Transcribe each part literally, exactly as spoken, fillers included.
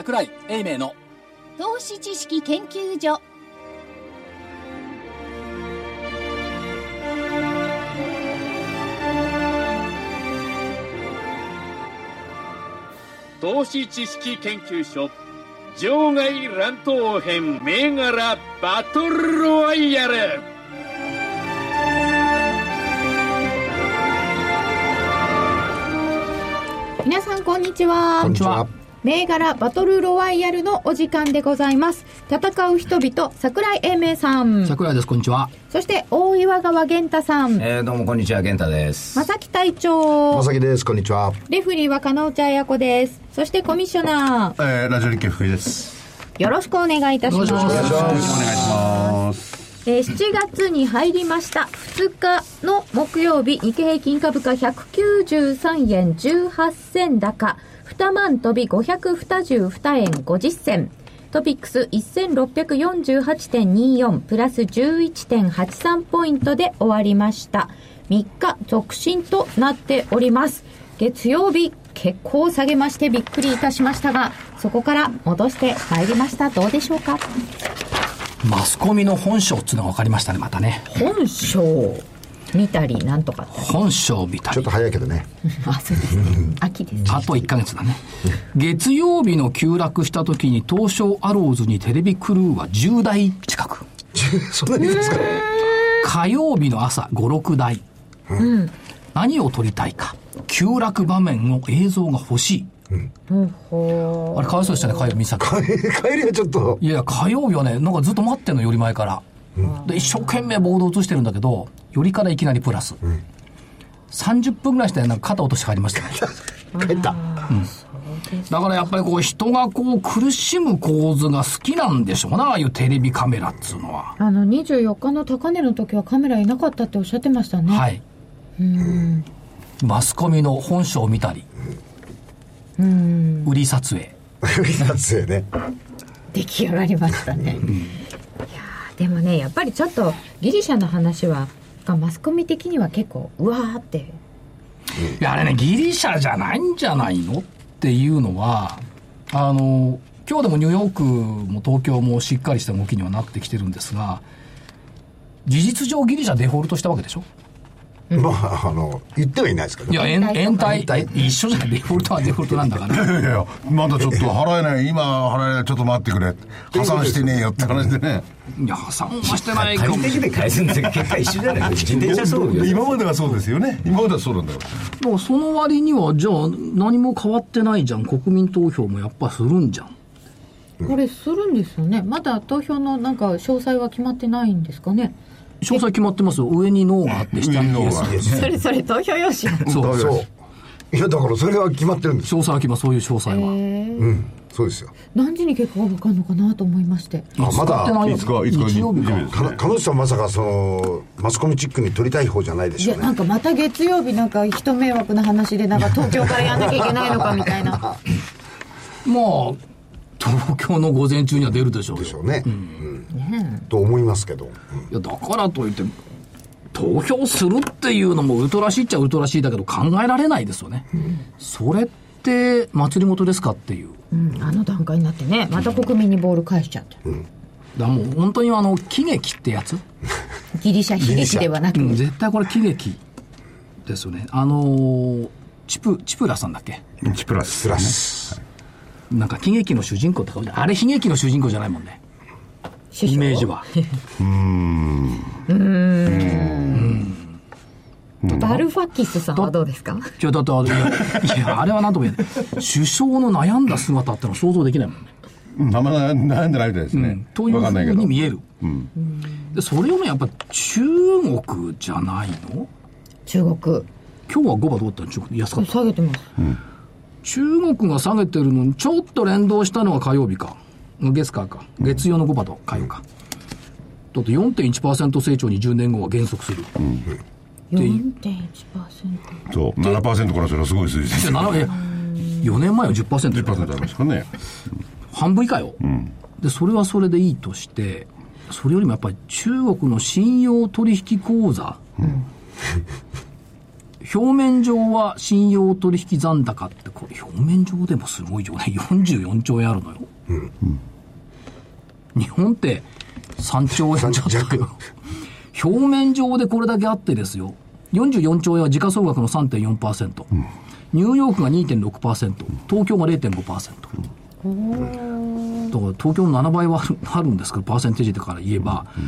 櫻井英明の投資知識研究所。 投資知識研究所場外乱闘編銘柄バトルロワイヤル。 皆さんこんにちは。 こんにちは。 銘柄バトルロワイヤルのお時間でございます。戦う人々、櫻井英明さん。 櫻井です。こんにちは。 そして大岩川源太さん。 えー、どうもこんにちは、源太です。 正木隊長。 正木です。こんにちは。 レフリーは金内彩子です。そしてコミッショナー、 えー、ラジオ日経福井です。 よろしくお願いいたします。 よろしくお願いします。 お願いします。 えー、しちがつに入りました。ふつかの木曜日、日経平均株価ひゃくきゅうじゅうさんえんじゅうはち銭高、にまん飛びごひゃくにじゅうにえんごじゅっ銭。トピックス せんろっぴゃくよんじゅうはちてんにじゅうよん プラス じゅういってんはちさん ポイントで終わりました。みっか続伸となっております。月曜日結構下げましてびっくりいたしましたが、そこから戻してまいりました。どうでしょうか。 マスコミの本性っていうのが分かりましたね。またね、 本性見たりなんとか本性見たりちょっと早いけどね。 あ、そうですね。秋です。 あといっかげつだね。月曜日の急落した時に東証アローズにテレビクルーはじゅうだい近くそんなにですか。 火曜日の朝ご、ろくだい、うん、何を撮りたいか、急落場面の映像が欲しい、うんうん、あれかわいそうでしたね。火曜日見さ帰りはちょっと、 いや火曜日はね、なんかずっと待ってんの、より前から、うん、で一生懸命ボード映してるんだけど、よりからいきなりプラス、うん、さんじゅっぷんぐらいしてなんか肩落として帰りましたね。 帰った、 うん、だからやっぱりこう人がこう苦しむ構図が好きなんでしょうな、ああいうテレビカメラっつうのは。 あのにじゅうよっかの高値の時はカメラいなかったっておっしゃってましたね。 はい。うん、マスコミの本性を見たり、うん、売り撮影売り撮影ね、 出来上がりましたね、うん、いやでもね、やっぱりちょっとギリシャの話はマスコミ的には結構うわーって、 いやあれね、ギリシャじゃないんじゃないのっていうのは、あの今日でもニューヨークも東京もしっかりした動きにはなってきてるんですが、事実上ギリシャデフォルトしたわけでしょ。 まあ、あの言ってはいないですけど、 いや延滞一緒じゃない。デフォルトはデフォルトなんだから。 いやいや、まだちょっと払えない、今払えない、ちょっと待ってくれ、破産してねえよって話でね。 いや破産はしてないかも。 短期的で返すんですけど結果一緒じゃないですか。自転車そうよ。 今まではそうですよね。今まではそうなんだよ。 だからその割にはじゃあ何も変わってないじゃん、国民投票もやっぱするんじゃん。 これするんですよね。まだ投票のなんか詳細は決まってないんですかね。 詳細決まってますよ。上にノーがあって下にイエス。 それそれ投票用紙。 そうそう。いやだからそれは決まってるんです。 詳細は決まる、そういう詳細は。うん、 そうですよ。 何時に結果が分かるのかなと思いまして。 あ、まだいつかいつか日曜日か。 彼女さんまさかそのマスコミチックに撮りたい方じゃないでしょうね。 いやなんかまた月曜日なんか一迷惑な話でなんか東京からやんなきゃいけないのかみたいな。 まあ東京の午前中には出るでしょうよ。 でしょうね。うんうん、ねと思いますけど。 いやだからといって投票するっていうのもウルトラシーっちゃウルトラシーだけど考えられないですよね、うん、それって祭り事ですかっていう、 うん、あの段階になってね、また国民にボール返しちゃって、うん、 だからもう本当にあの喜劇ってやつ、 ギリシャ悲劇ではなく、 うん、絶対これ喜劇ですよね。あのー、チプチプラさんだっけ。 チプラス、 ね、はい、 なんか喜劇の主人公とかあれ悲劇の主人公じゃないもんね、イメージは。 うーんうーんバルファキスさんはどうですか。 いやだってあれ、いやあれは何とも言えない。首相の悩んだ姿ってのは想像できないもんね。 悩んでないみたいですね、うん、 というふうに見える、うん、でそれをねやっぱ中国じゃないの。 中国今日はごばどうだったの。中国安かった。 下げてます、うん、 中国が下げてるのにちょっと連動したのが火曜日か月火か月曜のごばと火曜か、うん、だって よんてんいちパーセント 成長にじゅうねんごは減速する、うん、 よんてんいちパーセントそう ななパーセント からすればすごい数字ですよ。 よねんまえは じゅっパーセントじゅっパーセント ありますかね、 半分以下よ、うん、でそれはそれでいいとして、それよりもやっぱり中国の信用取引口座、うん、 表面上は信用取引残高ってこれ表面上でもすごいよね。よんじゅうよんちょうえんあるのよ、うんうん、日本ってさんちょうえんちょっとよ表面上でこれだけあってですよ、よんじゅうよんちょうえんは時価総額の さんてんよんパーセント、うん、ニューヨークが にてんろくパーセント、東京が れいてんごパーセント、うん、だから東京のななばいはあるんですけど、パーセンテージから言えば、うん、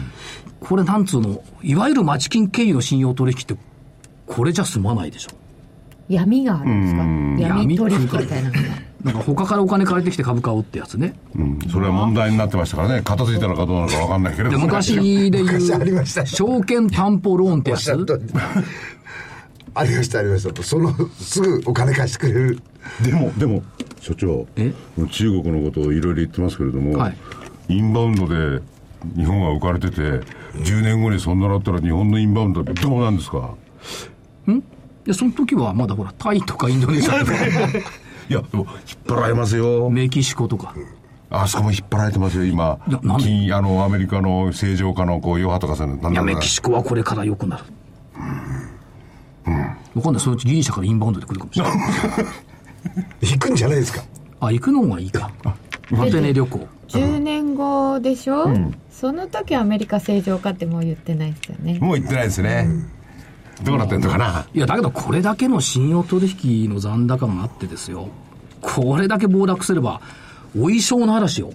これなんつうの、いわゆる町金経由の信用取引ってこれじゃ済まないでしょ。 闇があるんですか、闇取引みたいなのがなんか他からお金借りてきて株買おうってやつね、 うん、それは問題になってましたからね。片付いたのかどうなのか分かんないけれども、 ね、昔でいう証券担保ローンってやつありましたありました。そのすぐお金貸してくれる。 でもでも所長、中国のことをいろいろ言ってますけれども、はい、インバウンドで日本は浮かれてて、じゅうねんごにそんなだったら日本のインバウンドってどうなんですか。 んいやその時はまだほらタイとかインドネシアとかいやでも引っ張られますよ。 メキシコとか、 うん、あそこも引っ張られてますよ今。金あのアメリカの正常化のこう余波とかそういうの。 いやメキシコはこれから良くなる。うんうん、分かんない。そのうちギリシャからインバウンドで来るかもしれない行くんじゃないですか。 あ行くのがいいか。アテネ旅行じゅうねんごでしょ、うん、その時アメリカ正常化ってもう言ってないですよね。 もう言ってないですね、うんどうなってんのかな。 いやだけどこれだけの信用取引の残高があってですよ、これだけ暴落すればお衣装の嵐よ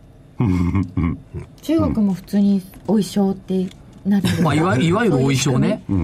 中国も普通にお衣装ってなるんですか、 まあ、いわいわゆるお衣装ね、うんうん、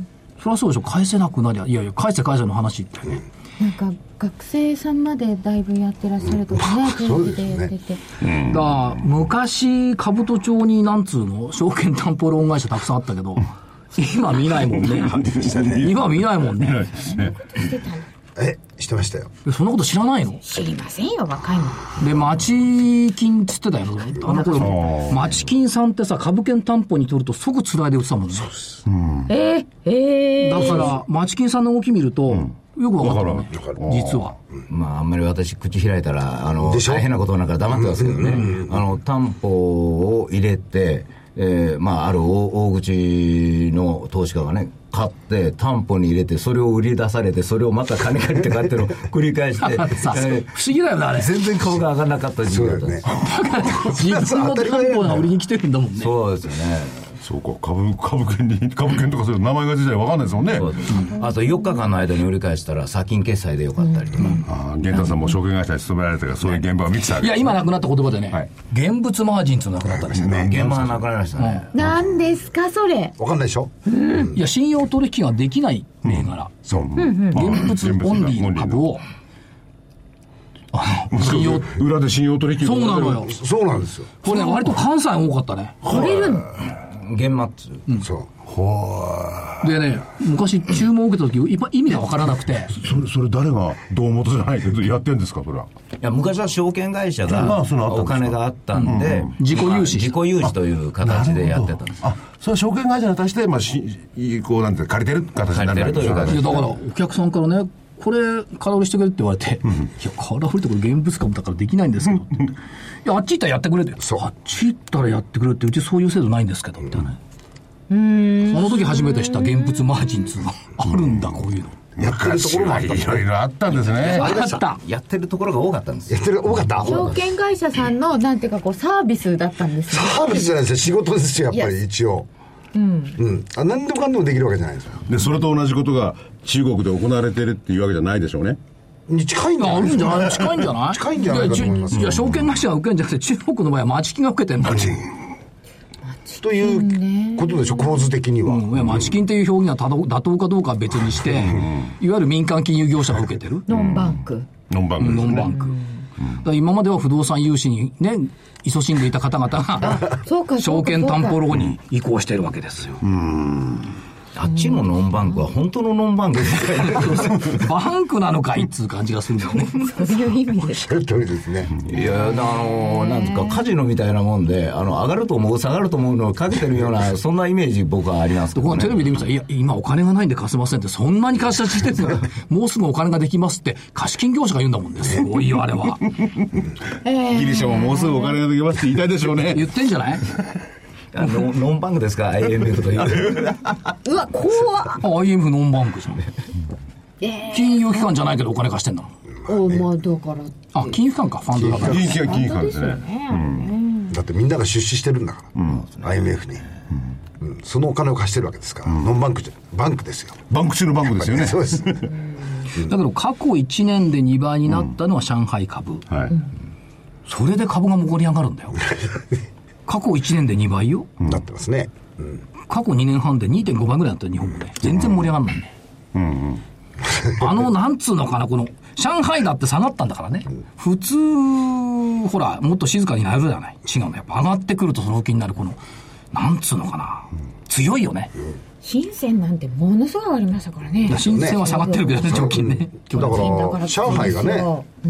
そりゃそうでしょ。返せなくなりゃいやいや返せ返せの話ってね、 なんか学生さんまでだいぶやってらっしゃるとかね、テレビでやってて、 うん、だから昔兜町になんつうの証券担保ローン会社たくさんあったけど今見ないもんね今見ないもんね。 えしてましたよ。 そんなこと知らないの。 知りませんよ若いので町金っつってたよ。あの頃も町金さんってさ株券担保に取ると即つらいで売ってたもんね。そうです、うん、えー、えー、だから町金さんの動き見ると、うんよくわかるね実は。 まああんまり私口開いたらあの大変なことになるから黙ってますけどね、うん、あの担保を入れて、えー、まあある大, 大口の投資家がね買って担保に入れてそれを売り出されてそれをまた金借りて買ってのを繰り返してさ、えー、不思議だよねあれ。 全然顔が上がらなかった時期だったんです。 だから実の担保が売りに来てるんだもんね。 そうですよね。 そうか、株、株券に、株券とかそういう名前が自体わかんないですもんね。そうです、 うん、あとよっかかんの間に売り返したら、先金決済でよかったりとか。うん、 ああ、玄太さんも証券会社に勤められてから、そういう現場を見てたわけです。 いや、今なくなった言葉でね、はい、現物マージンっていうのがなくなったんですよね。 現場がなくなりましたね。 何ですか、それ。 わかんないでしょ、 うん、いや、信用取引ができない銘柄。うん、そう。うんうん、現物オンリーの株を、 あの信用裏で信用取引。 そうなのよ。 そうなんですよ。 これね、割と関西多かったね。 これるの現末、 うん、そうほーでね、昔注文を受けた時意味が分からなくてそれ、それ誰が胴元じゃないけどやってんですか。それは。 いや昔は証券会社がお金があったんで、うんうん、 自己融資、 自己融資という形でやってたんです。 あ、それは証券会社に対して、まあ、しこうなんて借りてる形になるんですか。 いやだからお客さんからね、これ空売りしてくれって言われて、うん、いや空売りってこれ現物株だからできないんですけどっていやあっち行ったらやってくれって。あっち行ったらやってくれって、うちそういう制度ないんですけどみたいな。うーん、その時初めて知った現物マージンっていうのがあるんだ、こういうの。 やってるところもあった。 いろいろあったんですね。 あった。 やってるところが多かったんです。 やってる多かった。 証券会社さんのなんていうかこうサービスだったんですよ。 サービスじゃないですよ、仕事ですよやっぱり一応。うんうん、あ何でもかんでもできるわけじゃないですよ。 でそれと同じことが中国で行われてるっていうわけじゃないでしょうね。 に近いんじゃないですか。 近いんじゃない近いんじゃないかと思います。 いや証券会社が受けるんじゃなくて中国の場合は町金が受けてるんだということでしょ、構図的には。 うん、いや町金という表現が妥当かどうかは別にして、うん、いわゆる民間金融業者が受けてるノンバンク、 ノンバンク、 ノンバンク、だから今までは不動産融資にね勤しんでいた方々が証券担保ローンに移行しているわけですよ。 うーん、あっちのノンバンクは本当のノンバンクですかバンクなのかいっつう感じがするんだよね。 そういう意味でおっしゃる通りですね。 いや、あのなんですか、カジノみたいなもんで、あの上がると思う下がると思うのをかけてるようなそんなイメージ僕はありますけど、ね、 このテレビで見たら、いや今お金がないんで貸せませんって、そんなに貸し出ししてるもうすぐお金ができますって貸金業者が言うんだもんね。すごいよあれは。 ギリシャももうすぐお金ができますって言いたいでしょうね。 言ってんじゃない。 ノ, ノンバンクですか アイエムエフ といううわ怖っアイエムエフ ノンバンクじゃん、えー、金融機関じゃないけどお金貸してんだもん、まあ、まあだからあ金融機関かファンドだから金融機関金融機関ですね、 うん、だってみんなが出資してるんだから、うん、アイエムエフ に、うんうん、そのお金を貸してるわけですから、うん、ノンバンクじゃバンクですよ、 バンク中のバンクですよね、 そうですだけど過去いちねんでにばいになったのは上海株、うんはい、それで株が盛り上がるんだよ過去いちねんでにばいよ、 なってますね、うん、 過去にねんはんで にてんご 倍ぐらいだったよ日本もね、全然盛り上がらないね、うんうん、あのなんつうのかなこの上海だって下がったんだからね、うん、普通ほらもっと静かになるじゃない、違うのやっぱ上がってくるとその気になるこのなんつうのかな、うん、強いよね、うん深センなんてものすごいありましたからね。 深センは下がってるけどね、直近ね。 だから上海がね、うん、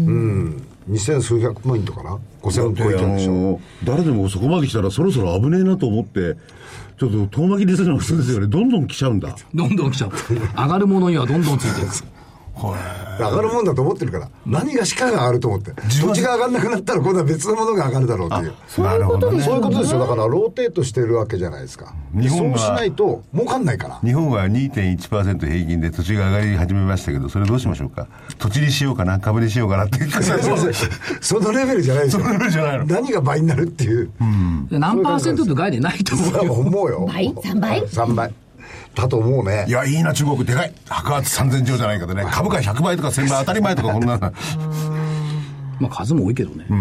二千数百ポイントかな、五千超えてるでしょ。 誰でもそこまで来たらそろそろ危ねえなと思って、ちょっと遠巻きにするのが普通ですよね。どんどん来ちゃうんだ。 どんどん来ちゃう。上がるものにはどんどんついてる。 上がるもんだと思ってるから、何がしかが上がると思って、土地が上がんなくなったら今度は別のものが上がるだろうっていう。 そういうことですよね。 そういうことですよ。だからローテートしてるわけじゃないですか。日本そうしないと儲かんないから。 日本は にてんいちパーセント 平均で土地が上がり始めましたけど、それどうしましょうか。土地にしようかな、株にしようかなってそのレベルじゃないですよ。 そのレベルじゃないの。 何が倍になるっていう、 うん、何パーセントって概念ないと思うよ。 思うよ。 倍 ?さん 倍さん 倍だと思うね。 いやいいな中国でかい、白髪さんぜんじょうじゃないかでね、株価ひゃくばいとかせんばい当たり前とかこんなまあ数も多いけどね、うん、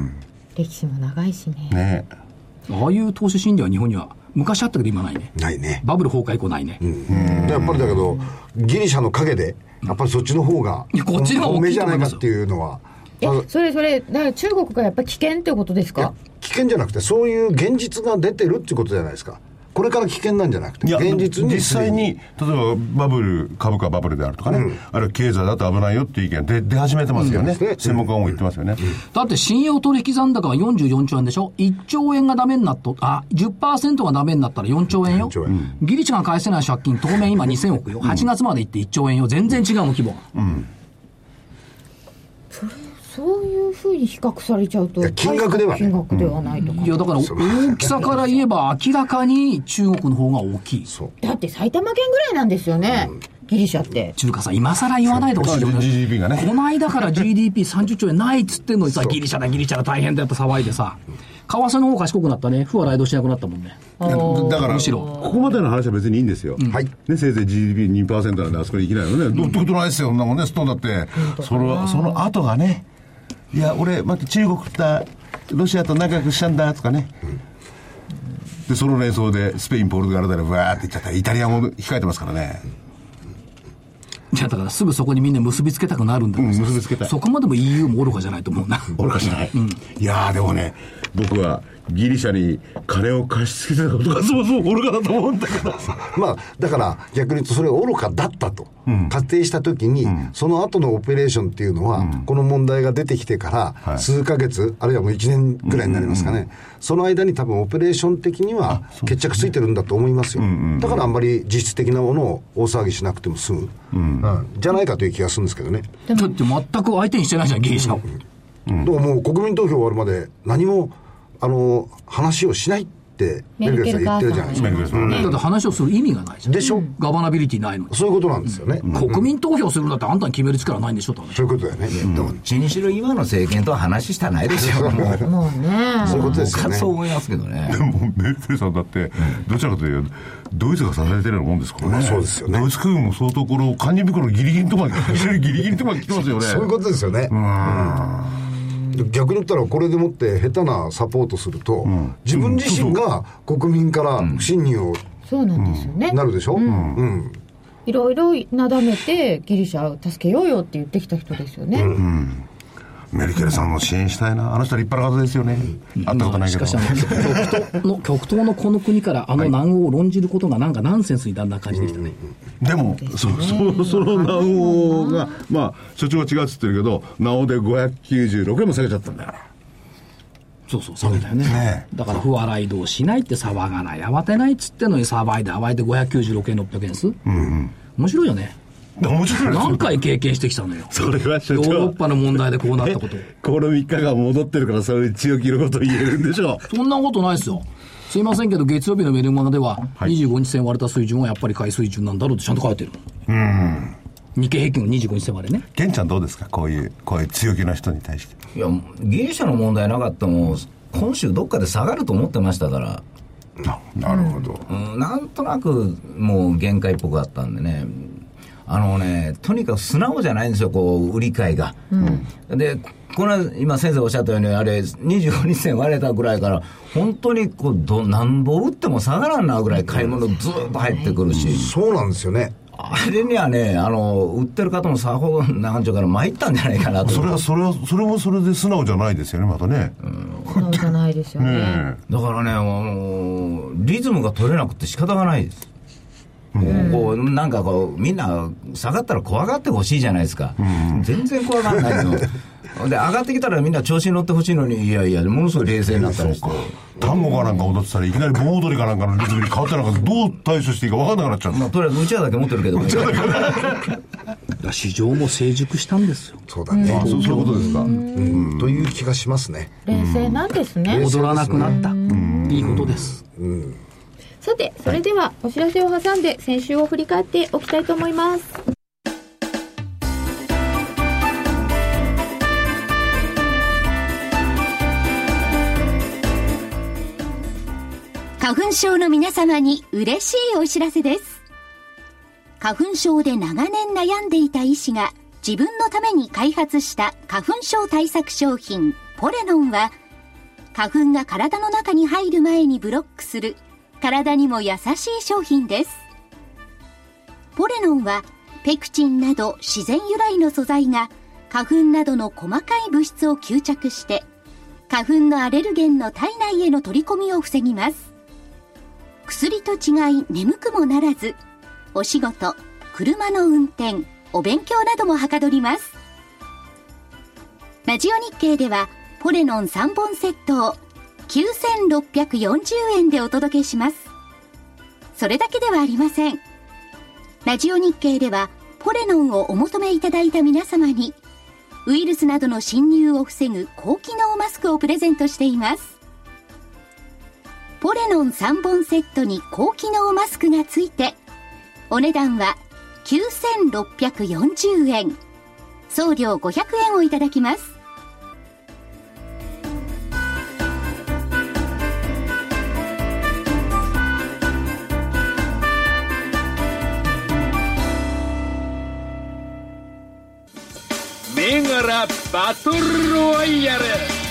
歴史も長いしね。 ねああいう投資心理は日本には昔あったけど今ないね。 ないね。 バブル崩壊以降ないね、うんうん、やっぱりだけどギリシャの陰でやっぱりそっちの方がこっちの方が大きいじゃないかっていうのは、 えそれそれだから中国がやっぱり危険ってことですか。 危険じゃなくてそういう現実が出てるってことじゃないですか。これから危険なんじゃなくて現実に実際に例えばバブル株価バブルであるとかね、うん、あるいは経済だと危ないよっていう意見で出始めてますよね、うん、専門家も言ってますよね、うんうん、 だって信用取引残高がよんじゅうよんちょうえんでしょ。いっちょうえんがダメになっとあ じゅっパーセント がダメになったらよんちょうえんよ、うん、ギリシャが返せない借金当面今にせんおくよ、はちがつまでいっていっちょうえんよ、全然違うの規模、うん、 それそういうふうに比較されちゃうと金額では、ね、 金額ではないとか、 うん、いやだから大きさから言えば明らかに中国の方が大きい。 だって埼玉県ぐらいなんですよね、うん、ギリシャって中華さん今更言わないでほしいよね。 ジーディーピー がねこの間から ジーディーピーさんじゅっちょうえんないっつってんのにさギリシャだギリシャだ大変だよって騒いでさ、為替の方賢くなったね。負はライドしなくなったもんね。 だからむしろここまでの話は別にいいんですよ、うんね、せいぜい ジーディーピーにパーセント なんであそこに行きないのね、うん、どどことないですよそんなもんね。ストーンだって、うん、それはその後がね、いや俺待って中国とロシアと仲良くしたんだとかね、うん、でその連想でスペインポルトガルでわーっていっちゃったらイタリアも控えてますからね。 じゃあだからすぐそこにみんな結びつけたくなるんだけど、うん、 結びつけたい。 そこまでも イーユー も愚かじゃないと思うな。 愚かじゃない、うん、いやーでもね僕はギリシャに金を貸し付けたことがそもそも愚かだと思うんだけどまあだから逆に言うとそれが愚かだったと、うん、仮定したときに、うん、その後のオペレーションっていうのは、うん、この問題が出てきてから数ヶ月、はい、あるいはもういちねんぐらいになりますかね、うんうんうん、その間に多分オペレーション的には決着ついてるんだと思いますよ、うんうんうん、だからあんまり実質的なものを大騒ぎしなくても済む、うんうん、じゃないかという気がするんですけどね。 だって全く相手にしてないじゃんギリシャを、 うんうん、だからもう国民投票終わるまで何もあの話をしないってメルケルさん言ってるじゃないですか、うん、 だって話をする意味がないじゃんでしょ、 ガバナビリティないのに。 そういうことなんですよね、 うん、国民投票するんだってあんたに決める力ないんでしょと、 そういうことだよね、 うん、どっちにしろ今の政権とは話したないですよもうもうねそういうことですよね。 そう思いますけどね。 でもメルケルさんだってどちらかというとドイツが支えてるようなもんですからね、まあ、 そうですよね。 ドイツ空軍も相当この堪忍袋ギリギリのところまでギリギリのところまで来てますよねそういうことですよね。うん、うん逆に言ったらこれでもって下手なサポートすると、うん、自分自身が国民から不信任を、うん、 そうなんですよね、 なるでしょ、うんうん、 いろいろなだめてギリシャを助けようよって言ってきた人ですよね、うんうん、 メルケルさんも支援したいな。あの人は立派な方ですよね、うん、会ったことないけど、 しかしあの極東の極東のこの国からあの南欧を論じることがなんかナンセンスにだんだん感じてきたね、 うん、でもそ, そ, その南欧がまあ所長は違うっつってるけど南欧でごひゃくきゅうじゅうろくえんも下げちゃったんだから。 そうそう下げたよ ね, ねだから不笑いどうしないって騒がない慌てないっつってのに騒いで騒いでごひゃくきゅうじゅうろくえんろっぴゃくえんす、うんうん、面白いよね。 面白い何回経験してきたのよそれは所長ヨーロッパの問題でこうなったことこのみっかが戻ってるからそういう強気のことを言えるんでしょそんなことないですよ。 すいませんけど月曜日のメルマガでは、はい、にじゅうごにち線割れた水準はやっぱり買い水準なんだろうってちゃんと書いてる。うん日経平均のにじゅうごにち線割れね。 玄ちゃんどうですか、こういうこういう強気な人に対して。 いやギリシャの問題なかったも今週どっかで下がると思ってましたから。 な, なるほど、 うん、なんとなくもう限界っぽくあったんでね、あのねとにかく素直じゃないんですよ、こう売り買いが、うん、でこの今先生おっしゃったようにあれにじゅうごにち線割れたぐらいから本当にこうど何本売っても下がらんなぐらい買い物ずっと入ってくるし、うん、 そうなんですよね。 あれにはね、あの売ってる方もさほどなんちゅうから参ったんじゃないかなと。 それはそれはそれもそれで素直じゃないですよね、またね、 うん、素直じゃないですよね。ねだからね、あのリズムが取れなくて仕方がないです。うん、こうなんかこうみんな下がったら怖がってほしいじゃないですか、うん、全然怖がらないので上がってきたらみんな調子に乗ってほしいのに、いやいやものすごい冷静になったりして、 単語かなんか踊ってたらいきなり盆踊りかなんかのリズムに変わったらどう対処していいか分かんなくなっちゃう、まあ、 とりあえずうちわだけ持ってるけど市場も成熟したんですよ。 そうだね、 うん、そういうことですか、うんうん、という気がしますね。 冷静なんですね。 踊らなくなった、いいことです、うん、 さてそれではお知らせを挟んで先週を振り返っておきたいと思います。 花粉症の皆様に嬉しいお知らせです。花粉症で長年悩んでいた医師が自分のために開発した花粉症対策商品ポレノンは、花粉が体の中に入る前にブロックする体にも優しい商品です。ポレノンはペクチンなど自然由来の素材が花粉などの細かい物質を吸着して花粉のアレルゲンの体内への取り込みを防ぎます。薬と違い眠くもならず、お仕事、車の運転、お勉強などもはかどります。ラジオ日経ではポレノンさんぼんセットをきゅうせんろっぴゃくよんじゅうえんでお届けします。それだけではありません。ラジオ日経ではポレノンをお求めいただいた皆様にウイルスなどの侵入を防ぐ高機能マスクをプレゼントしています。ポレノンさんぼんセットに高機能マスクがついてお値段はきゅうせんろっぴゃくよんじゅうえん、送料ごひゃくえんをいただきます。 銘柄バトルロワイヤル。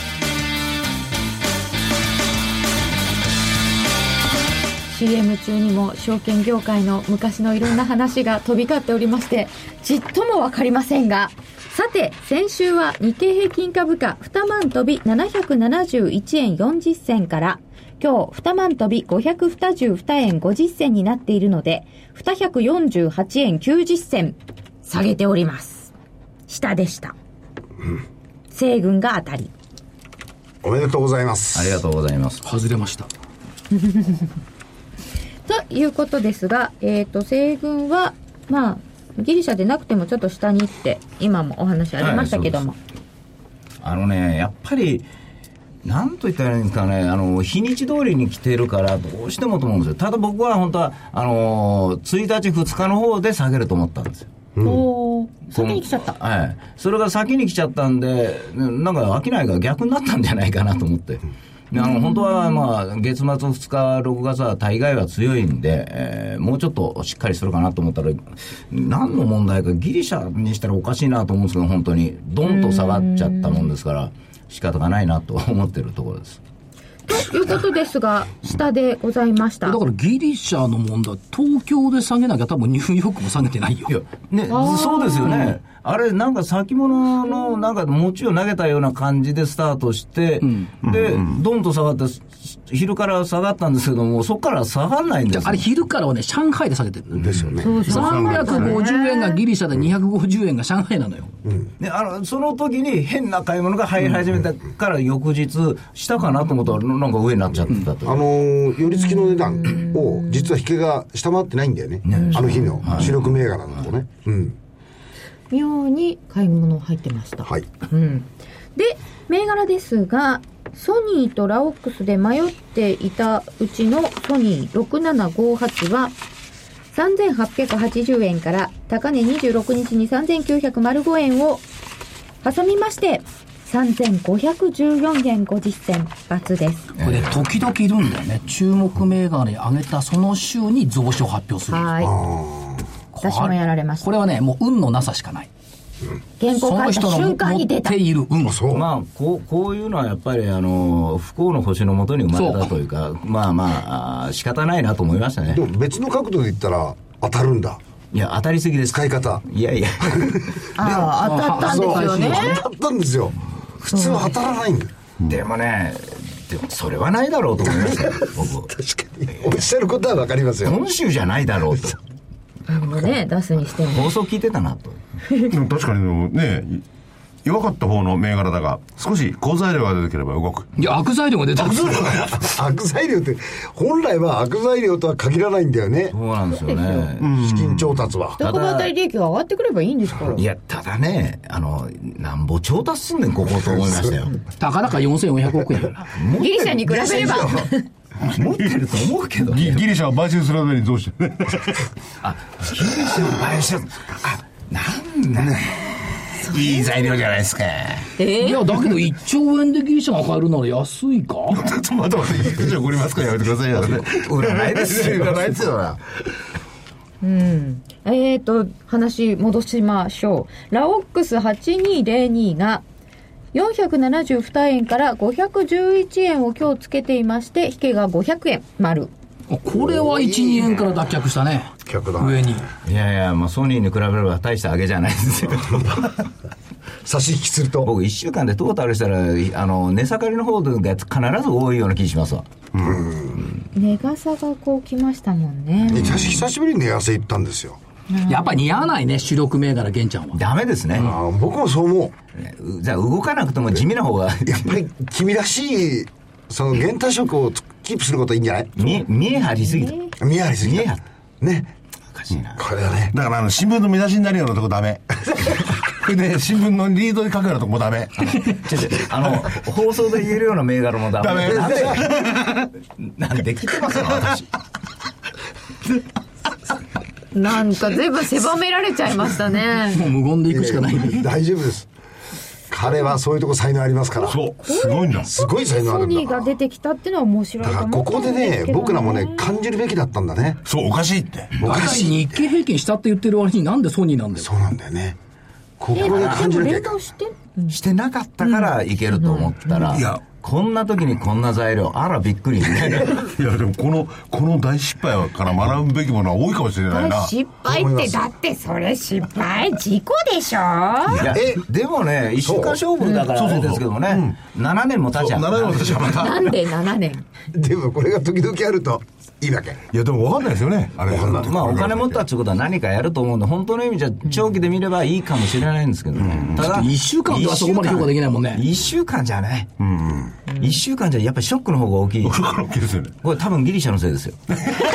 シーエム 中にも証券業界の昔のいろんな話が飛び交っておりまして、ちっともわかりませんが、さて先週は日経平均株価にまん飛びななひゃくななじゅういちえんよんじゅっ銭から、今日にまん飛びごひゃくにじゅうにえんごじゅっ銭になっているので、にひゃくよんじゅうはちえんきゅうじゅっ銭下げております。下でした、うん、西軍が当たり。 おめでとうございます。 ありがとうございます。 外れましたということですが、えーと西軍はまあギリシャでなくてもちょっと下に行って今もお話ありましたけども、はい、 あのねやっぱりなんと言ったらいいんですかね、あの日にち通りに来てるからどうしてもと思うんですよ。ただ僕は本当はあのついたちふつかの方で下げると思ったんですよ。 うん、お先に来ちゃった、 はい、それが先に来ちゃったんで、なんか商いが逆になったんじゃないかなと思って、あの本当はまあ月末ふつかろくがつは大概は強いんで、えー、もうちょっとしっかりするかなと思ったら何の問題か、ギリシャにしたらおかしいなと思うんですけど、本当にドンと下がっちゃったもんですから仕方がないなと思ってるところです。 ということですが下でございました。 だからギリシャの問題、東京で下げなきゃ多分ニューヨークも下げてないよ。いや、 ね、そうですよね。あれなんか先物のなんか餅を投げたような感じでスタートして、うん、で、うん、ドンと下がって昼から下がったんですけども、そこから下がらないんですよ。 あれ昼からはね上海で下げてるんですよね。さんびゃくごじゅうえんがギリシャでにひゃくごじゅうえんが上海なのよ、うん、 であのその時に変な買い物が入り始めたから翌日下かなと思ったらなんか上になっちゃってたと、うん、 あのー、寄り付きの値段を実は引けが下回ってないんだよね、うん、あの日の主力銘柄のとこね、うん、 妙に買い物入ってました、 はい、 うん、で銘柄ですがソニーとラオックスで迷っていたうちのソニーろくななごはちはさんぜんはっぴゃくはちじゅうえんから高値にじゅうろくにちにさんぜんきゅうひゃくごえんを挟みましてさんぜんごひゃくじゅうよんえんごじゅっせん×です。 これ時々いるんだよね。注目銘柄に上げたその週に増資を発表する。 はい。私もやられました。 これはね、もう運のなさしかない。 原稿書いた瞬間に出た。 その人の持っている運。 そう。まあこうこういうのはやっぱりあの不幸の星のもとに生まれたというか、まあまあ仕方ないなと思いましたね。 でも別の角度で言ったら当たるんだ。 いや当たりすぎです。 使い方。 いやいや。 ああ当たったんですよね。 当たったんですよ。普通は当たらないんだよ。 でもね、でもそれはないだろうと思いましたよ僕。 確かにおっしゃることは分かりますよ。 今週じゃないだろうと。 もうね出すにしても放送聞いてたなと。 でも確かにね、弱かった方の銘柄だが少し好材料が出てくれば動く。 いや悪材料が出たんですよ。 悪材料って本来は悪材料とは限らないんだよね。 そうなんですよね。 資金調達は一株当たり利益が上がってくればいいんですから。 いやただね、あのなんぼ調達すんねんここと思いましたよ。 たかだかよんせんよんひゃくおくえん。 ギリシャに比べれば持ってると思うけど、ね、 ギ, ギリシャを買収するためにどうしてね。 あギリシャを買収、あなんだね。いい材料じゃないですか。 えー、 いやだけどいっちょうえんでギリシャが買えるなら安いか。 ちょっと待って待って、いちおくりますかやめてくださいよ。 売らないですよ。売らないですよ。 うん。えーと話戻しましょう。ラオックスはちにーぜろにがよんひゃくななじゅうにえんからごひゃくじゅういちえんを今日つけていまして、引けがごひゃくえん丸。 これはいち、にえんから脱却したね。 客だ上に。 いやいや、まあ、ソニーに比べれば大した上げじゃないですよ。 差し引きすると僕いっしゅうかんでトータルしたらあの値下がりの方が必ず多いような気しますわ。 うん値傘がこう来ましたもんね。 久しぶりに値安いったんですよ。 やっぱり似合わないね、主力銘柄玄ちゃんは。 ダメですね。 あ僕もそう思う。じゃあ動かなくても地味な方がやっぱり君らしいその減退色をキープすることいいんじゃない？ 見見え張りすぎた。 見え張りすぎた。 見え張ね。 おかしいな。 これはね。 だからあの新聞の見出しになるようなとこダメ。で新聞のリードに書くようなとこもダメ。 ちょちょあの放送で言えるような銘柄もダメ。 ダメ。 なんでなんできてますよ私。 なんか全部狭められちゃいましたね。 もう無言でいくしかないんで。 大丈夫です。彼はそういうとこ才能ありますから。 そうすごいんだ。 すごい才能あるんだ。 ソニーが出てきたっていうのは面白いと思ったんですけど、ね、 ここでね僕らもね感じるべきだったんだね。 そうおかしいって。 おかしい。日経平均下って言ってる割になんでソニーなんだよ。 そうなんだよね。ここで感じなきゃいけない。 してなかったからいけると思ったら、うんうん、いやこんな時にこんな材料あらびっくりみたいな。いやでもこのこの大失敗から学ぶべきものは多いかもしれないな。 失敗ってだってそれ失敗事故でしょ。いやえでもねいっしゅうかん勝負だからあれですけどもね、うん、ななねんも経っちゃう。 ななねんも経っちゃう。 なんでななねん。 でもこれが時々あるといいわけ。 いやでも分かんないですよね。あれまあお金持ったってことは何かやると思うんで本当の意味じゃ長期で見ればいいかもしれないんですけどね、うん、 ただいっしゅうかんではそこまで評価できないもんね。 いっしゅうかんじゃね、うん、いっしゅうかんじゃやっぱりショックの方が大きい。 大きいですよね。 これ多分ギリシャのせいですよ。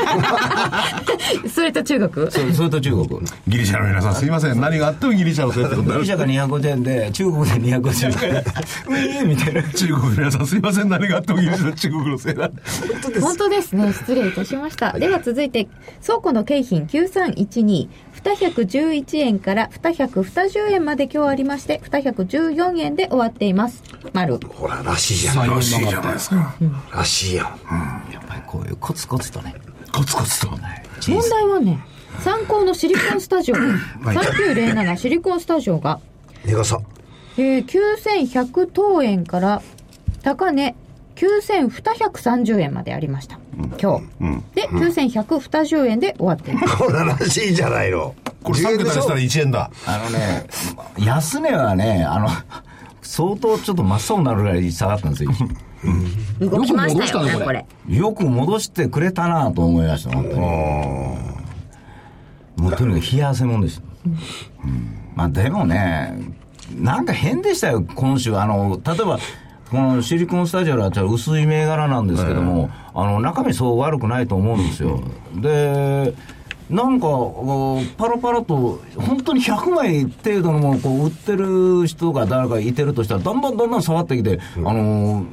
それと中国。 そ, それと中国。 ギリシャの皆さんすいません、何があってもギリシャのせいってこと。 ギリシャがにひゃくごじゅうえんで中国でにひゃくごじゅうえんみたいな。 中国の皆さんすいません、何があってもギリシャ中国のせいだ。 本当ですね、失礼いたしました。では続いて倉庫の景品きゅうさんいちににひゃくじゅういちえんからにひゃくにじゅうえんまで今日ありましてにひゃくじゅうよんえんで終わっています。丸。 ほららしいじゃない。 らしいじゃないですか、 うん、らしいよ、 うん、やっぱりこういうコツコツとねコツコツと、 問題はね参考のシリコンスタジオさんきゅうぜろななシリコンスタジオが値傘、 えー、きゅうせんひゃくとうえんから高値きゅうせんにひゃくさんじゅうえんまでありました、うん、今日、うん、で、うん、きゅうせんひゃくにじゅうえんで終わっています。 これらしいじゃないの。 これさん桁にしたらいちえんだ。 あのね安値はねあの相当ちょっと真っ青になるぐらい下がったんですよ、 うん、動きましたよねこれ。 よく戻してくれたなと思いました本当に。もうとにかく冷や汗もんです、うんうん、まあでもねなんか変でしたよ今週。あの例えばこのシリコンスタジオは薄い銘柄なんですけども、あの中身そう悪くないと思うんですよ。でなんかパラパラと本当にひゃくまい程度のものをこう売ってる人が誰かいてるとしたらだんだんだんだん下がってきて、うん、あの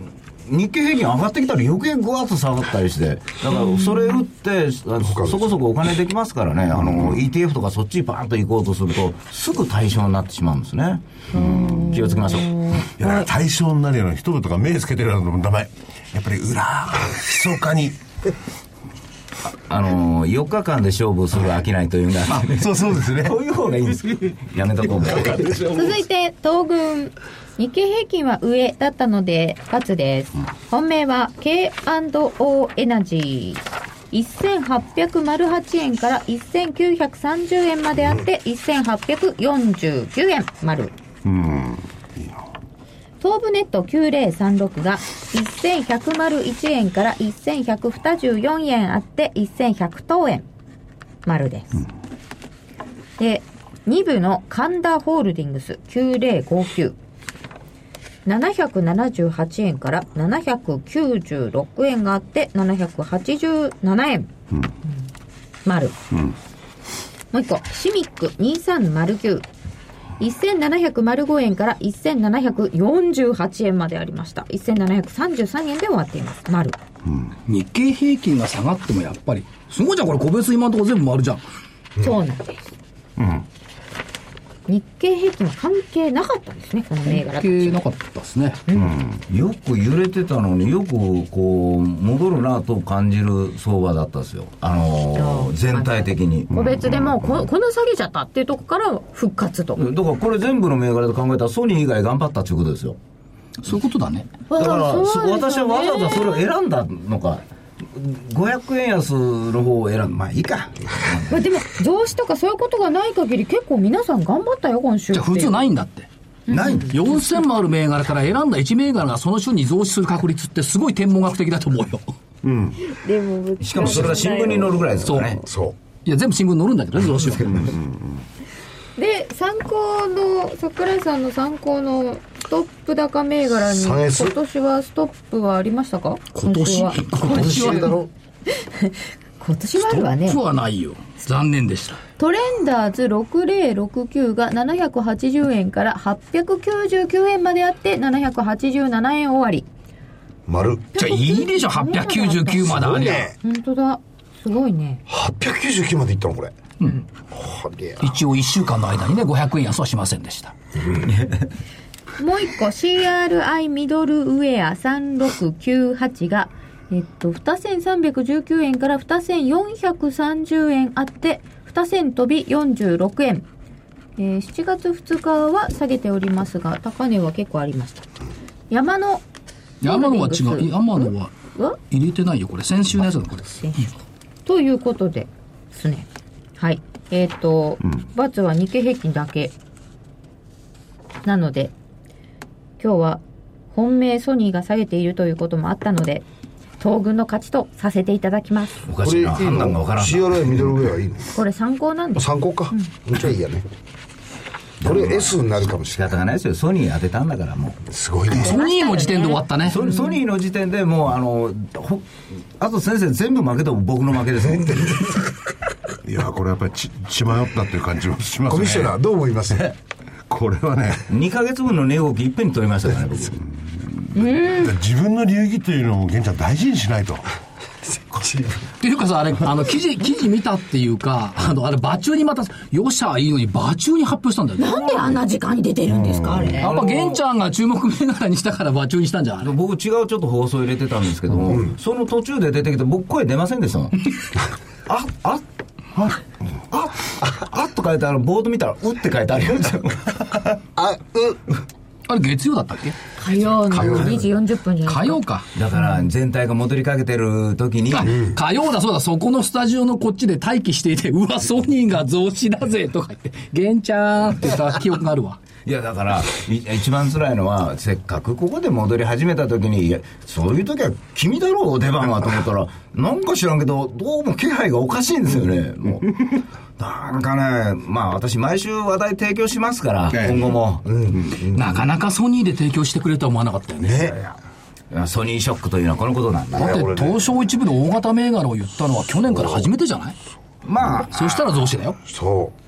日経平均上がってきたら余計ぐわっと下がったりして、だからそれ打ってそこそこお金できますからね、あの イーティーエフ とかそっちにバーンと行こうとするとすぐ対象になってしまうんですね。気をつけましょう。いや対象になるような人々が目つけてるような名前、やっぱり裏密かにあのよっかかんで勝負する商いというのがそうそうですね。 こういう方がいいんですやめとこう。 続いて東軍、日経平均は上だったので×です。本命は ケーアンドオー エナジー、せんはっぴゃくはちえんからせんきゅうひゃくさんじゅうえんまであってせんはっぴゃくよんじゅうきゅうえん丸。うん東武ネットきゅうぜろさんろくがせんひゃくいちえんからせんひゃくにじゅうよんえんあってせんひゃくとうえん丸です、うん、でに部の神田ホールディングスきゅうぜろごきゅう、ななひゃくななじゅうはちえんからななひゃくきゅうじゅうろくえんがあってななひゃくはちじゅうななえん、うん、丸、うん、もう一個シミックにさんまるきゅう、せんななひゃくごえんからせんななひゃくよんじゅうはちえんまでありました。せんななひゃくさんじゅうさんえんで終わっています。丸、 うん、日経平均が下がってもやっぱりすごいじゃん、これ個別今のところ全部丸じゃん、 うん、そうなんです、うん、日経平均は関係なかったんですね、この銘柄。 関係なかったですね、 うん、よく揺れてたのによくこう戻るなと感じる相場だったんですよ、あのー、全体的に個別でも こ, この下げちゃったっていうところから復活と。 だからこれ全部の銘柄で考えたらソニー以外頑張ったっていうことですよ。 そういうことだね。 だから、ね、私はわざわざそれを選んだのか、ごひゃくえん安の方を選んまあいいかでも増資とかそういうことがない限り結構皆さん頑張ったよ今週。 じゃあ普通ないんだって、うん、ないんだ。よんせんもある銘柄から選んだいち銘柄がその週に増資する確率ってすごい天文学的だと思うよ、うん、 でもしかもそれが新聞に載るぐらいですからね。 そうそう、いや全部新聞載るんだけどね増資はで参考の桜井さんの参考のストップ高銘柄に今年はストップはありましたか？ 今年は今年はだろ今年はあるわね。 ストップはないよ、残念でした。 トレンダーズろくぜろろくきゅうがななひゃくはちじゅうえんからはっぴゃくきゅうじゅうきゅうえんまであってななひゃくはちじゅうななえん終わり。 丸。 じゃあいいでしょ、はっぴゃくきゅうじゅうきゅうまでありゃ、ね、 本当だ、すごいね。 はっぴゃくきゅうじゅうきゅうまでいったのこれ。うん、 一応いっしゅうかんの間にねごひゃくえん安はしませんでしたもう一個 シーアールアイ ミドルウェアさんろくきゅうはちがえっとにせんさんびゃくじゅうきゅうえんからにせんよんひゃくさんじゅうえんあってにせん飛びよんじゅうろくえん、えー、しちがつふつかは下げておりますが高値は結構ありました。山の山のは違う、山のは入れてないよ、これ先週のやつだこれ、うん、 ということでですね、はい、えっ、ー、と、うん、×は日経平均だけなので今日は本命ソニーが下げているということもあったので東軍の勝ちとさせていただきます。 おかしいな、判断がわからん。 シーアールアイ ミドルウェアいいの？ これ参考なんです。 参考か、うん、じゃあいいやね。これ S になるかもしれない。 仕方がないですよ、ソニー当てたんだから。もうすごいね。 ソニーの時点で終わったね。 ソ, ソニーの時点でもうあのあと先生全部負けても僕の負けですねいやこれやっぱり 血, 血迷ったっていう感じもしますね。 コミッショナーどう思います？ これはねにかげつぶんの値動きいっぺんに取りましたからね僕うん自分の流儀というのも現ちゃん大事にしないとっていうかさ、あれ、あの、記事、記事見たっていうか、あの、あれ、場中にまた、よっしゃいいのに、場中に発表したんだよね。 なんであんな時間に出てるんですか、あれ。 やっぱ、玄ちゃんが注目銘柄にしたから場中にしたんじゃない？ 僕、違うちょっと放送入れてたんですけども、うん、その途中で出てきて、僕、声出ませんでしたもん。あ、あ、あ、あ、あ、と書いてある、ボード見たら、うって書いてあるよ。 あ、う。 あれ月曜だったっけ？ 火曜のにじよんじゅっぷんじゃないですか。 火曜か。 だから全体が戻りかけてる時に、 うん、火曜だそうだ、そこのスタジオのこっちで待機していて、うわソニーが増資だぜとか言って玄ちゃーんって言った記憶があるわ。 いやだから一番辛いのはせっかくここで戻り始めた時にいやそういう時は君だろう出番はと思ったらなんか知らんけどどうも気配がおかしいんですよね。もうなんかね、まあ私毎週話題提供しますから、今後も、うんうんうん、なかなかソニーで提供してくれとは思わなかったよね。 ね、ソニーショックというのはこのことなんだ。 だって東証一部の大型銘柄を言ったのは去年から初めてじゃない？ まあそしたら増資だよ。 そ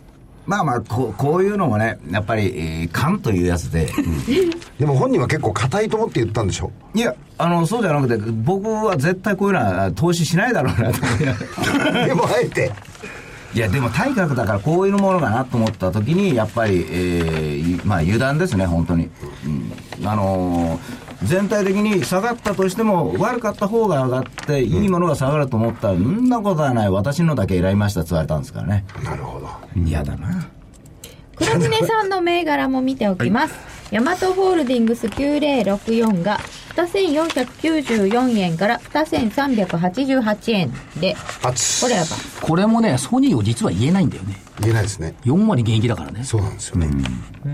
まあまあこう、こういうのもねやっぱり、えー、勘というやつで、うん、 でも本人は結構硬いと思って言ったんでしょ。 いやあのそうじゃなくて僕は絶対こういうのは投資しないだろうなと思いながらでもあえていやでも体格だからこういうものかなと思った時にやっぱり、えー、まあ油断ですね本当に、うん、あのー、全体的に下がったとしても悪かった方が上がっていいものが下がると思ったら、うん、そんなことはない、私のだけ選びましたって言われたんですからね。なるほど、嫌だな。 黒船さんの銘柄も見ておきます、はい、ヤマトホールディングスきゅうぜろろくよんがにせんよんひゃくきゅうじゅうよんえんからにせんさんびゃくはちじゅうはちえんで、これはこれもねソニーを実は言えないんだよね。 言えないですね。 よん割現役だからね。 そうなんですよね。うん、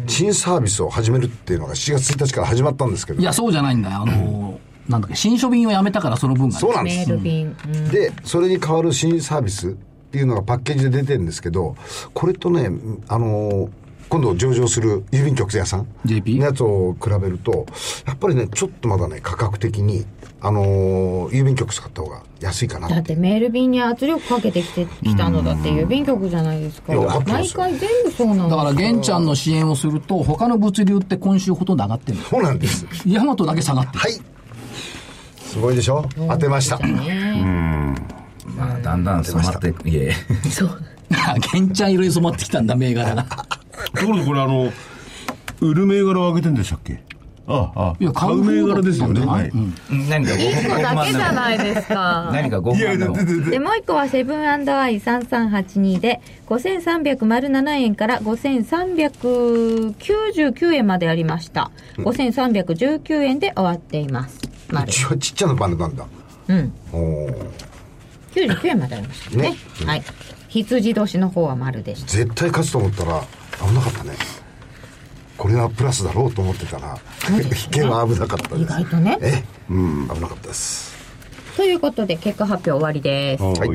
新サービスを始めるっていうのがしちがつついたちから始まったんですけど、 いやそうじゃないんだよ。あの、うん、なんだっけ、新書便をやめたからその分が、ね、 そうなんです。 メール便、うん、 でそれに代わる新サービスっていうのがパッケージで出てるんですけど、これとね、あの今度上場する郵便局屋さんジェーピーのやつを比べるとやっぱりねちょっとまだね価格的に、あのー、郵便局使った方が安いかなって。 だってメール便に圧力かけてきてきたのだって郵便局じゃないですか。毎回全部そうなんです。 だから玄ちゃんの支援をすると他の物流って今週ほとんど上がってるんです。 そうなんです。 ヤマトだけ下がってる。 はい、すごいでしょ。当てました。うん、 まあだんだん染まっていく。いえそう玄ちゃん色に染まってきたんだ銘柄がところでこれあの売る銘柄を上げてんでしたっけ。ああ、いや買う銘柄ですよね。はい、うん、 何かごほんだけじゃないですか。 何かごほんででもう一個はセブン&アイさんさんはちにでごせんさんびゃくななえんからごせんさんびゃくきゅうじゅうきゅうえんまでありました、うん、ごせんさんびゃくじゅうきゅうえんで終わっています。 ちっちゃなバンドなんだ。 うんおきゅうじゅうきゅうえんまでありましたね、ね、うん、はい。羊年の方は丸でした。 絶対勝つと思ったら危なかったね。これはプラスだろうと思ってたら、ね、引けは危なかったです。 意外とね。 え、うん、危なかったです。 ということで結果発表終わりです。はい。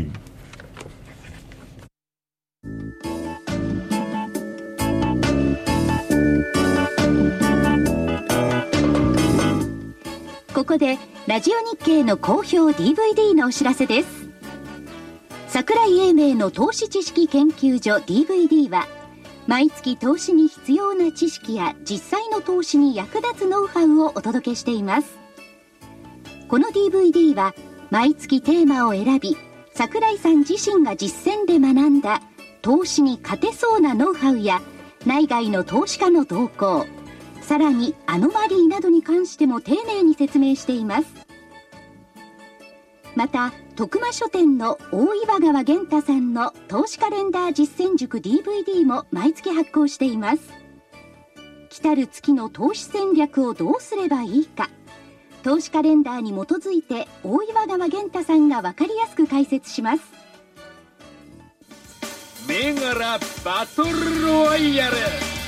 ここでラジオ日経の好評 ディーブイディー のお知らせです。桜井英明の投資知識研究所 ディーブイディー は毎月投資に必要な知識や実際の投資に役立つノウハウをお届けしています。この ディーブイディー は毎月テーマを選び、桜井さん自身が実践で学んだ投資に勝てそうなノウハウや内外の投資家の動向、さらにアノマリーなどに関しても丁寧に説明しています。また徳間書店の大岩川源太さんの投資カレンダー実践塾 ディーブイディー も毎月発行しています。来たる月の投資戦略をどうすればいいか、投資カレンダーに基づいて大岩川源太さんが分かりやすく解説します。 銘柄バトルロワイヤル。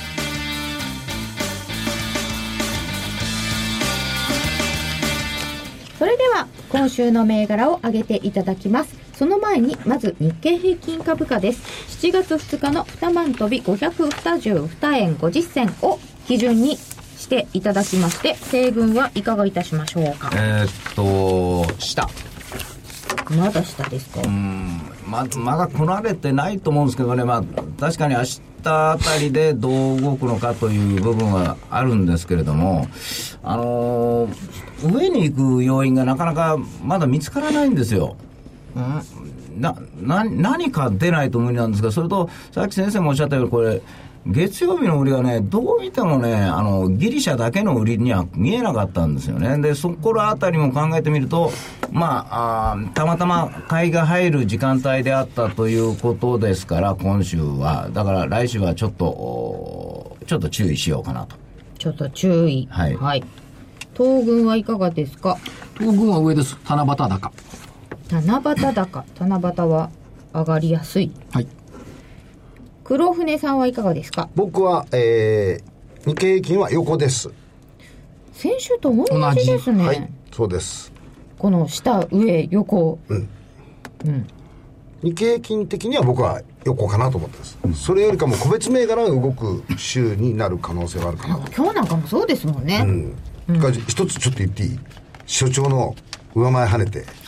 それでは今週の銘柄を上げていただきます。その前にまず日経平均株価です。しちがつふつかのに万飛びごひゃくにじゅうにえんごじゅっせんを基準にしていただきまして、成分はいかがいたしましょうか。 えー、っと下まだ下ですか。 うーん ま, まだこなれてないと思うんですけどね、まあ、確かに明日あたりでどう動くのかという部分はあるんですけれども、あのー、上に行く要因がなかなかまだ見つからないんですよ。うんなな何か出ないと無理なんですが、それとさっき先生もおっしゃったようにこれ月曜日の売りはね、どう見てもね、あのギリシャだけの売りには見えなかったんですよね。でそこらあたりも考えてみると、まあ、あたまたま買いが入る時間帯であったということですから、今週はだから来週はちょっとちょっと注意しようかなと。 ちょっと注意。はい、はい、東軍はいかがですか。 東軍は上です。七夕高。 七夕高。七夕は上がりやすい。 はい。 黒船さんはいかがですか。 僕は、えー、日経平均は横です。 先週と同じですね。 はい、そうです。 この下上横、 うんうん、日経平均的には僕は横かなと思ってます、うん、それよりかも個別銘柄が動く週になる可能性はあるかなと。 今日なんかもそうですもんね、 うんうん、一つちょっと言っていい。所長の上前跳ねて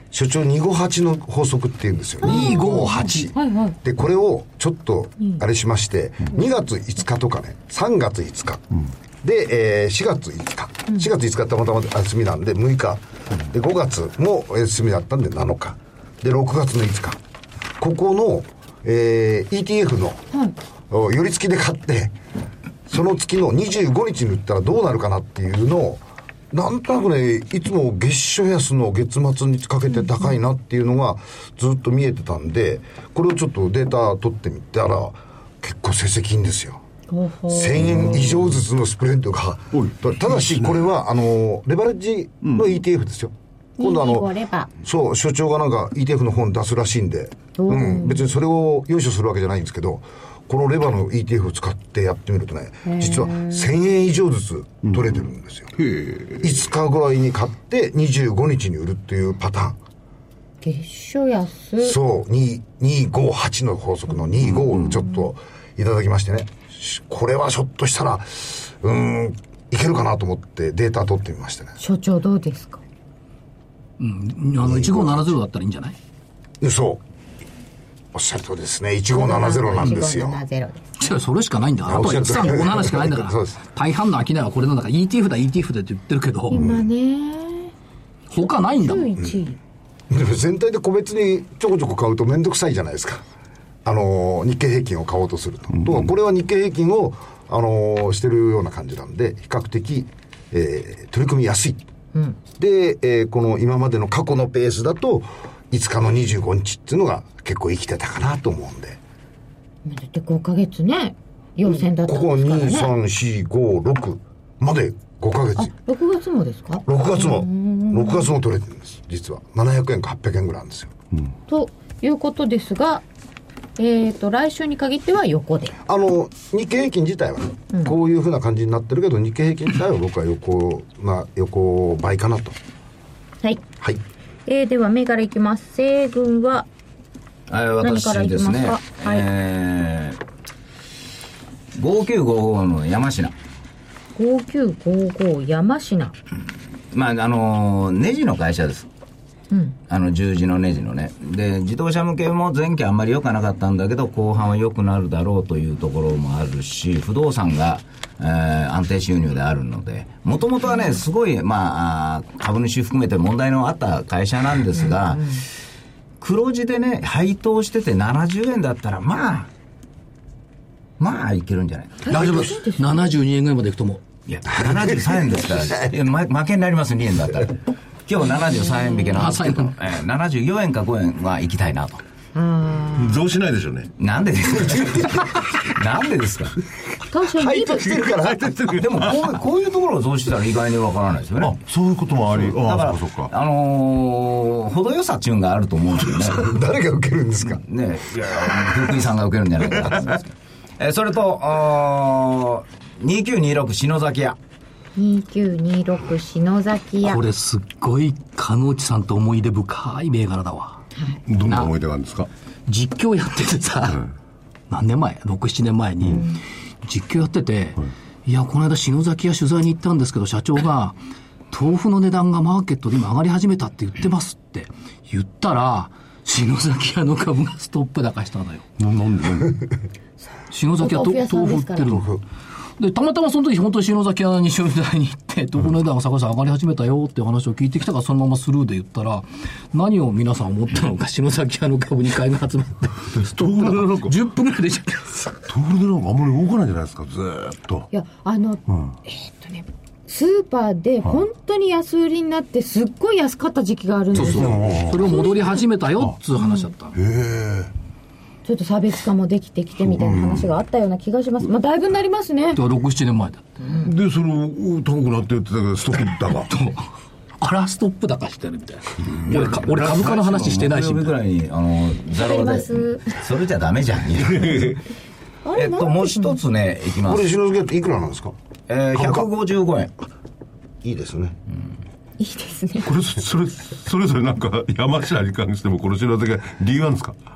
所長にひゃくごじゅうはちの法則っていうんですよ。 にひゃくごじゅうはち、 はいはい、 でこれをちょっとあれしまして、うん、にがついつかとかねさんがついつか、うん、で、えー、しがついつか、うん、しがついつかたまたま休みなんでむいか、でごがつも休みだったんでなのかでろくがつのいつか、ここの、えー、イーティーエフ の、はい、寄り付きで買ってその月のにじゅうごにちに売ったらどうなるかなっていうのをなんとなくね、いつも月初安の月末にかけて高いなっていうのがずっと見えてたんで、これをちょっとデータ取ってみたら結構成績いいんですよ。せんえん以上ずつのスプレッドが、ただしこれはあのレバレッジの イーティーエフ ですよ、うん、今度あのそう所長がなんか イーティーエフ の本出すらしいんで、うん、別にそれを用意するわけじゃないんですけど、このレバーの イーティーエフ を使ってやってみるとね、実はせんえん以上ずつ取れてるんですよ、うん、いつかぐらいに買ってにじゅうごにちに売るっていうパターン。 月初安そうにひゃくごじゅうはちの法則のにひゃくごじゅうごをちょっといただきましてね、これはひょっとしたらうーんいけるかなと思ってデータ取ってみましたね。 所長どうですか？ うん、あのいちごーななぜろだったらいいんじゃない？ そうおっしゃるとですね、いちごーななぜろなんですよ。 いちごーななぜろです。 それしかないんだから、あとはいちさんごーななしかないんだから大半の商いはこれなんだから イーティーエフ だ イーティーエフ だって言ってるけど今ね他ないんだもん、うん、 でも全体で個別にちょこちょこ買うとめんどくさいじゃないですか、あの日経平均を買おうとすると、うん、とこれは日経平均を、あのしてるような感じなんで比較的、えー、取り組みやすい、うん、で、えー、この今までの過去のペースだといつかのにじゅうごにちっていうのが結構生きてたかなと思うんで、 だってごかげつね陽線だったんですからね。 ここに、さん、し、ご、ろくまでごかげつ。 あ、ろくがつもですか？ ろくがつもろくがつも取れてるんです実は。ななひゃくえんかはっぴゃくえんぐらいなんですよ、うん、 ということですが、えーと来週に限っては横で、 あの日経平均自体はね、うん、こういうふうな感じになってるけど日経平均自体は僕は横な横ばいかなと。 はいはい、 えー、では銘柄いきます。西軍は何からいきますか？ 私ですね、はい、えー、ごきゅうごごの山科ごきゅうごご山科、 まああのネジの会社です、うん、あの十字のネジのね。で自動車向けも前期あんまり良くなかったんだけど後半は良くなるだろうというところもあるし、不動産が、えー、安定収入であるので、もともとはねすごい、まあ、株主含めて問題のあった会社なんですが、うんうん、黒字でね配当しててななじゅうえんだったらまあまあいけるんじゃないか。 大丈夫です。ななじゅうにえんぐらいまでいくと思う。 いやななじゅうさんえんですからいや、ま、負けになりますにえんだったら今日ななじゅうさんえん引けなんですけど、えー、ななじゅうよえんかごえんは行きたいなと。 増しないでしょうね。 なんでですかなんでですか配当してるから配当してるでもこう、こういうところを増したら意外にわからないですよね。 あ、そういうこともあり、 だからあ、そうかあのー、程よさっていうのがあると思うんですよね誰が受けるんですかね。いや福井さんが受けるんじゃないかなえそれとにきゅうにろく篠崎屋にきゅうにろく篠崎屋、 これすっごい鹿野内さんと思い出深い銘柄だわ、はい、どんな思い出があるんですか？ 実況やっててさ、うん、何年前ろく、ななねんまえに、うん、実況やってて、うん、いやこの間篠崎屋取材に行ったんですけど社長が豆腐の値段がマーケットで今上がり始めたって言ってますって言ったら篠崎屋の株がストップ高したんだよ。 なんで篠崎屋と豆腐売ってるので、たまたまその時本当に篠崎屋に取材に行って豆腐の値段が坂井さん上がり始めたよっていう話を聞いてきたからそのままスルーで言ったら何を皆さん思ったのか篠崎屋の株に買いが集まってストップ高じゅっぷんぐらい出ちゃったんです。 豆腐でなんかあんまり動かないじゃないですかずーっと。 いやあの、うん、えー、っとねスーパーで本当に安売りになってすっごい安かった時期があるんですよ。 そうそうそれを戻り始めたよっつう話だった、うん、 へえ。 ちょっと差別化もできてきてみたいな話があったような気がします。まあだいぶになりますね。 ろく、ななねんまえだった、うん、 でその高くなって言ってたけどストップ高あらストップ高してるみたいな、俺, 俺株価の話してないしみたいなぐらいにあのザロでそれじゃダメじゃんえっともう一つねいきます。 これ篠崎屋っていくらなんですか？ えー、ひゃくごじゅうごえん。 いいですね、 うん、いいですね。 これそれそれぞれなんか山科に関してもこの篠崎屋理由あるんですか？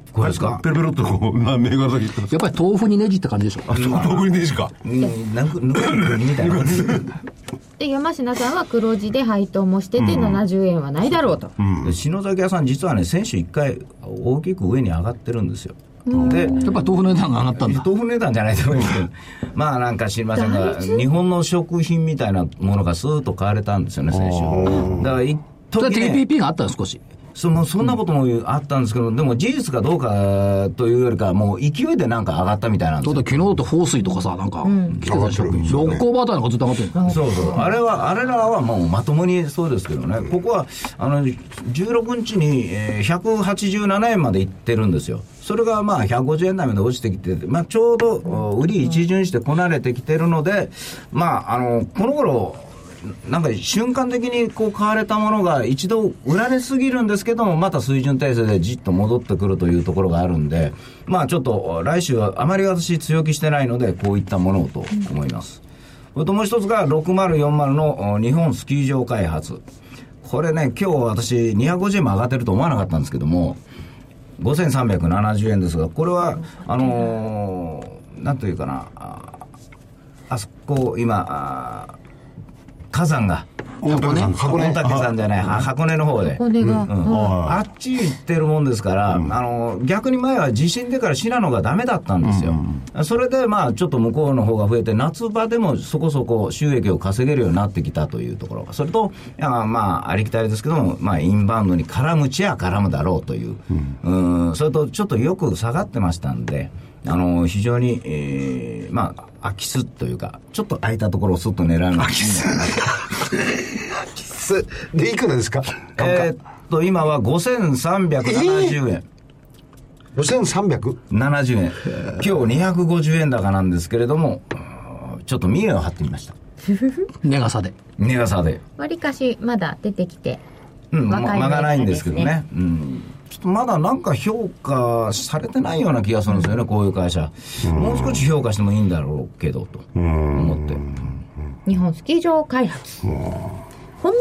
これですか？ ペロペロっとこう、な、銘柄だけ言ってます。 やっぱり豆腐にネジって感じでしょ。 あ、豆腐にネジか。 うん、なんか、ぬかぬみたいな感じ。 で、山科さんは黒字で配当もしてて、ななじゅうえんはないだろうと。 うん、篠崎屋さん、実はね、先週いっかい大きく上に上がってるんですよ。 で、やっぱり豆腐の値段が上がったんだ。 豆腐値段じゃないと思うんですけど、まあなんか知りませんが、日本の食品みたいなものがスーッと買われたんですよね、先週。だから一時、ね、 ティーピーピー があったの少し。 そのそんなこともあったんですけど、うん、でも事実かどうかというよりか、もう勢いでなんか上がったみたいなんですよ。 昨日だと放水とかさ、なんか、来てたでしょ。六甲バターなんかずっと上がってる。 そうそう。あれは、あれらはもうまともにそうですけどね、ここは、あの、じゅうろくにちにひゃくはちじゅうななえんまでいってるんですよ。それがまあひゃくごじゅうえん台まで落ちてきて、まあちょうど売り一巡してこなれてきてるので、まああの、この頃、なんか瞬間的にこう買われたものが一度売られすぎるんですけども、また水準訂正でじっと戻ってくるというところがあるんで、まあちょっと来週はあまり私強気してないので、こういったものをと思います。それともう一つがろくまるよんまるの日本スキー場開発。これね、今日私にひゃくごじゅうえんも上がってると思わなかったんですけども、ごせんさんびゃくななじゅうえんですが、これはあのー、なんというかな、あ, あそこ今火山が箱根箱根岳山じゃない、箱根の方で、 箱根が、うんうん、あっち行ってるもんですから、うん、あの逆に前は地震でから信濃がダメだったんですよ、うんうん、それでまあちょっと向こうの方が増えて、夏場でもそこそこ収益を稼げるようになってきたというところ、それとあまあありきたりですけども、まあ、インバウンドに絡むちや絡むだろうという、うん、うんそれとちょっとよく下がってましたんで、あの非常に、えー、まあ空き巣というか、ちょっと空いたところをスッと狙うのが空き巣空き巣でいくらですか？ えー、っと今はごせんさんびゃくななじゅうえん、えー、 ごせんさんびゃくななじゅうえん、今日にひゃくごじゅうえん高なんですけれども、ちょっと見栄を張ってみました。 値傘で値傘でわりかしまだ出てきて、 うん、間がないんですけどね、うん、ちょっとまだなんか評価されてないような気がするんですよね、こういう会社。もう少し評価してもいいんだろうけどと思って。 日本スキー場開発、本命は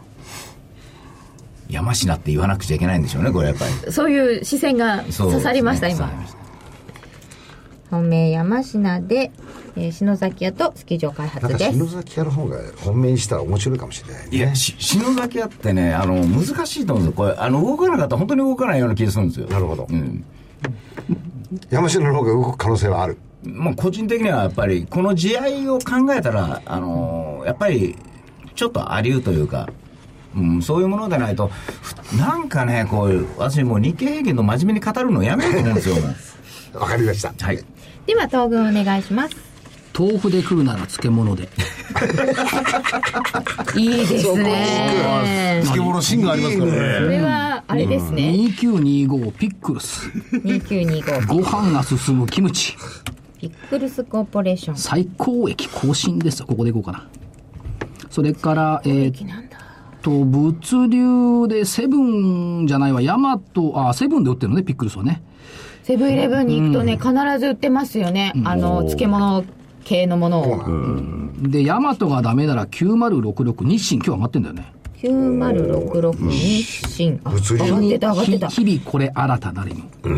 山科って言わなくちゃいけないんでしょうね、これやっぱり。 そういう視線が刺さりました、ね、今。本命山科で、えー、篠崎屋とスキー場開発です。 なんか篠崎屋の方が本命にしたら面白いかもしれない、ね、 いや、篠崎屋ってね、あの難しいと思うんですよ。これあの動かなかったら本当に動かないような気がするんですよ。 なるほど、 うん、 山科の方が動く可能性はある。 もう個人的にはやっぱりこの地合いを考えたら、あのー、やっぱりちょっとありうというか、うん、そういうものでないとなんかね、こういう私もう日経平均と真面目に語るのやめようと思うんですよ。 わかりました、 はい、 では東軍お願いします。 豆腐で来るなら漬物でいいですね。 漬物芯がありますからね。 それはあれですね、 にきゅうにごピックルスにきゅうにごご飯が進むキムチ、 ピックルスコーポレーション最高益更新ですよ。ここでいこうかな。それからえー、っと物流でセブンじゃないわ、ヤマト、あセブンで売ってるのね、ピックルスはね。 セブンイレブンに行くとね、うん、必ず売ってますよね、うん、あの漬物系のものを、うん、 でヤマトがダメならきゅうまるろくろく日清、今日上がってんだよね。 きゅうまるろくろく日清、あ、上がってた上がってた。 日々これ新たなるの、うん、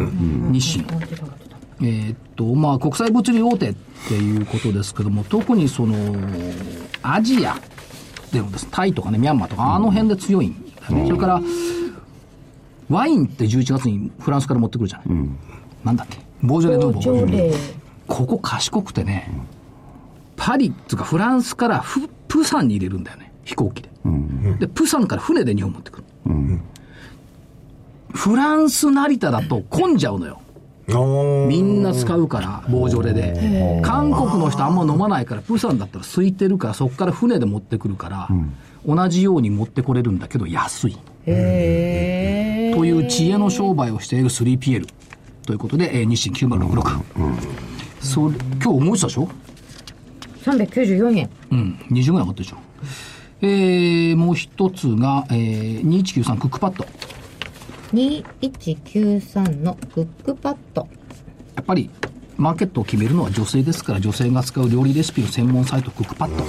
日清、えー、っとまあ国際物流大手っていうことですけども、特にそのアジアでもですね、タイとかね、ミャンマーとかあの辺で強いんだよね、うん、それからワインってじゅういちがつにフランスから持ってくるじゃない、うん、なんだっけ、ボージョレ・ヌーボー、ここ賢くてね、パリっていうかフランスからフプサンに入れるんだよね、飛行機で、うん、でプサンから船で日本持ってくる、うん、フランス成田だと混んじゃうのよ、みんな使うからボージョレで。韓国の人あんま飲まないから、プサンだったら空いてるから、そこから船で持ってくるから、うん、同じように持ってこれるんだけど安い、へーという知恵の商売をしている スリーピーエル ということで、えー、日清きゅうまるろくろく、うんうん、それ今日思ってたでしょ、 さんびゃくきゅうじゅうよんえん、 うん、にじゅうぐらい上がってるでしょ。えー、もう一つが、えー、にいちきゅうさんクックパッド、 にいちきゅうさんのクックパッド、 やっぱりマーケットを決めるのは女性ですから、女性が使う料理レシピの専門サイトクックパッド、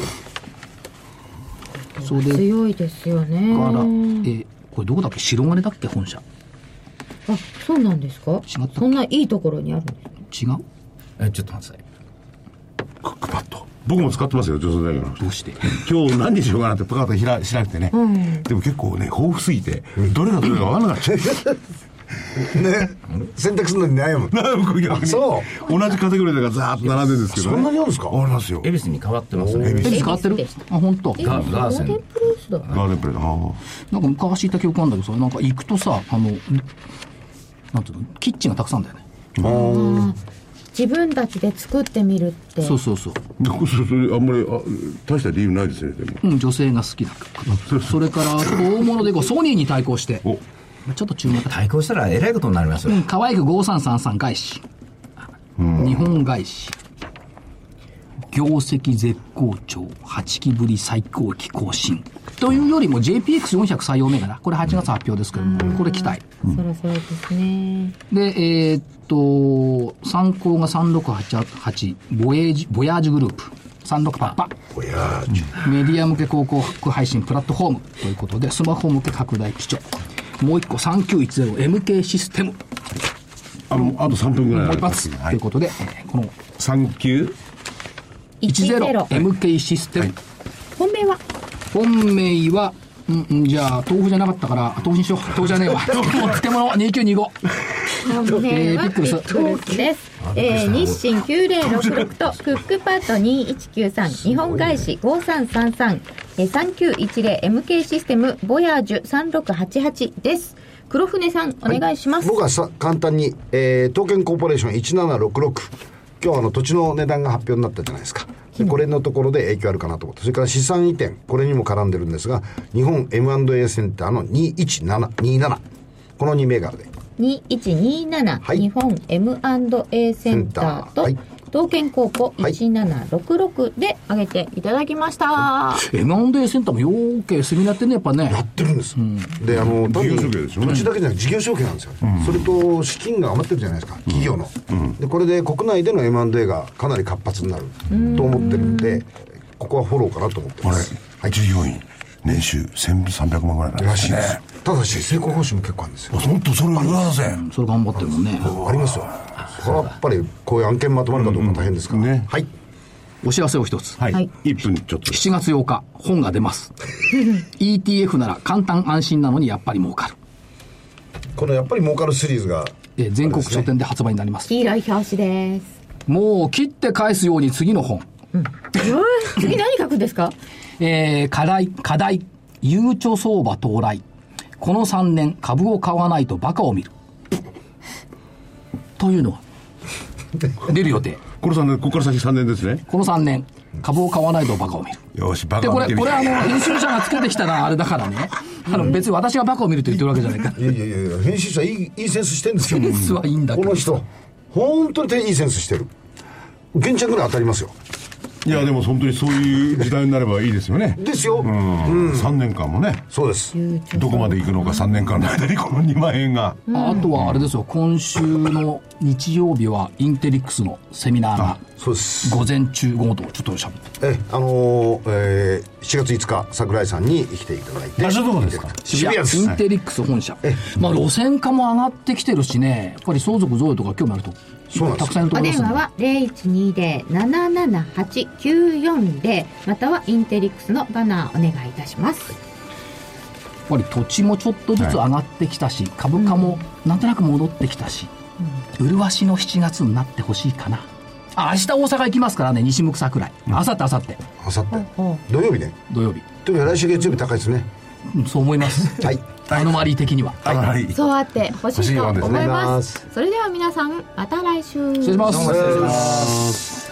それで強いですよね。 から、えー、これどこだっけ、白金だっけ本社、 あ、そうなんですか。そんないいところにあるんですね。違う？ え、ちょっと待ってください。 クックパッド。僕も使ってますよ、女性大学の。 どうして？ 今日何にしようかなってパカッとひらしなくてね、うん、でも結構ね豊富すぎて、うん、どれがどれか分からなかったね、選択するのに悩む悩む逆に。そう同じカテゴリーがザーッと並んでるんですけど、ね、 そんなにあるんですか？ ありますよ。 恵比寿に変わってますね。 恵比寿変わってる。あ、本当。 ガーセン。 ガーデンプレイスだ。 ガーデンプレイス。 なんか昔行った記憶あるんだけどさ、なんか行くとさ、あのなんていうの、キッチンがたくさんだよね。 ああ。自分たちで作ってみるって。 そうそうそう。 それあんまりあ大した理由ないですね。でも、 うん、女性が好きだから。それから大物でこうソニーに対抗して、おちょっと注目。 対抗したらえらいことになりますよ。 うん、可愛くごさんさんさん返し、うん、日本返し、業績絶好調、はちきぶり最高期更新というよりも ジェイピーエックスよんひゃく 採用銘柄、これはちがつ発表ですけども、うん、これ期待、 うん、そろそろですね。 で、えー、っと参考がさんろくはちはち、ボエージボヤージュグループさんろくパッパ、ボヤージュメディア向け広告配信プラットフォームということで、スマホ向け拡大基調、もう一個さんきゅういちゼロ エムケー システム、 あのあとさんぷんぐらいもう一発、はい、ということで、このさんきゅういちゼロ エムケー システム、はい、 本命は本命はうんうん、じゃあ豆腐じゃなかったから豆腐にしよう。豆腐じゃねえわ漬物にきゅうにご、 本命はピックルスです。えー、日清きゅうぜろろくろくとクックパッドにいちきゅうさん、日本返しごさんさんさん、えー、さんきゅういちゼロ エムケー システム、ボヤージュさんろくはちはちです。黒船さんお願いします。 はい、僕はさ簡単に、えー、東建コーポレーションいちななろくろく、今日はあの土地の値段が発表になったじゃないですか。でこれのところで影響あるかなと思って、それから資産移転、これにも絡んでるんですが、日本 エムアンドエー センターのにいちななになな、このに銘柄でにいちになな、はい、日本 エムアンドエー センターと、はい、東建コーポいちななろくろくで上げていただきました。はい、 エムアンドエー センターもよーけすみやってね、やっぱね。 やってるんです。うん、で、あの、単に土地だけじゃなく事業承継なんですよ。うん、それと資金が余ってるじゃないですか、企業の。うん、で、これで国内での エムアンドエー がかなり活発になると思ってるんで、ここはフォローかなと思ってます。 はい、従業員年収せんさんびゃくまんぐらいなんですね。 ただし成功報酬も結構あるんですよ。 本当それは裏だぜ。 それ頑張ってるもんね。 ありますよ。これはやっぱりこういう案件まとまるかどうか大変ですから、うんうんね、はい。 お知らせを一つ、 はい、いっぷんちょっと。 しちがつようか本が出ますイーティーエフ なら簡単安心なのにやっぱり儲かる、 このやっぱり儲かるシリーズが、 え全国書店で発売になります。 黄色い表紙です。 もう切って返すように次の本、 うん、次何書くんですか？ えー、課題課題ゆうちょ相場到来、このさんねん株を買わないとバカを見るというのは出る予定。 このさんねん、ここから先さんねんですね。 このさんねん株を買わないとバカを見る。 よし、バカを見てみでこれこれあの編集者がつけてきたらあれだからねあの別に私がバカを見ると言ってるわけじゃないからいやいやいや、編集者いいいいセンスしてるんですよ。 センスはいいんだけど、 この人本当にいいセンスしてる。現着ぐらい当たりますよ。 いやでも本当にそういう時代になればいいですよね。 ですよ、 うんうん、さんねんかんもね。 そうです。 どこまで行くのか、さんねんかんの間にこのにまんえんが、 うん、あとはあれですよ、今週の日曜日はインテリックスのセミナーがそうです午前中午後とちょっとしゃべって、 えあのーえー、しちがついつか櫻井さんに来ていただいて。 場所どこですか？ 渋谷です。インテリックス本社、えまあ路線価も上がってきてるしね、やっぱり相続贈与とか興味あるとそうなんです。 たくさんいると思います。 お電話は ゼロいちにゼロ ななななはち きゅうよんゼロ またはインテリックスのバナーお願いいたします。 やっぱり土地もちょっとずつ上がってきたし、はい、株価もなんとなく戻ってきたし、うん、麗しのしちがつになってほしいかな。あ、明日大阪行きますからね、西向桜井、あさってあさってあさって土曜日ね。 土曜日というか来週月曜日高いですね、 うん、そう思いますはい。アノマリー的には、 はい、そうあってほしいと思います。それでは皆さんまた来週。 失礼します。 失礼します。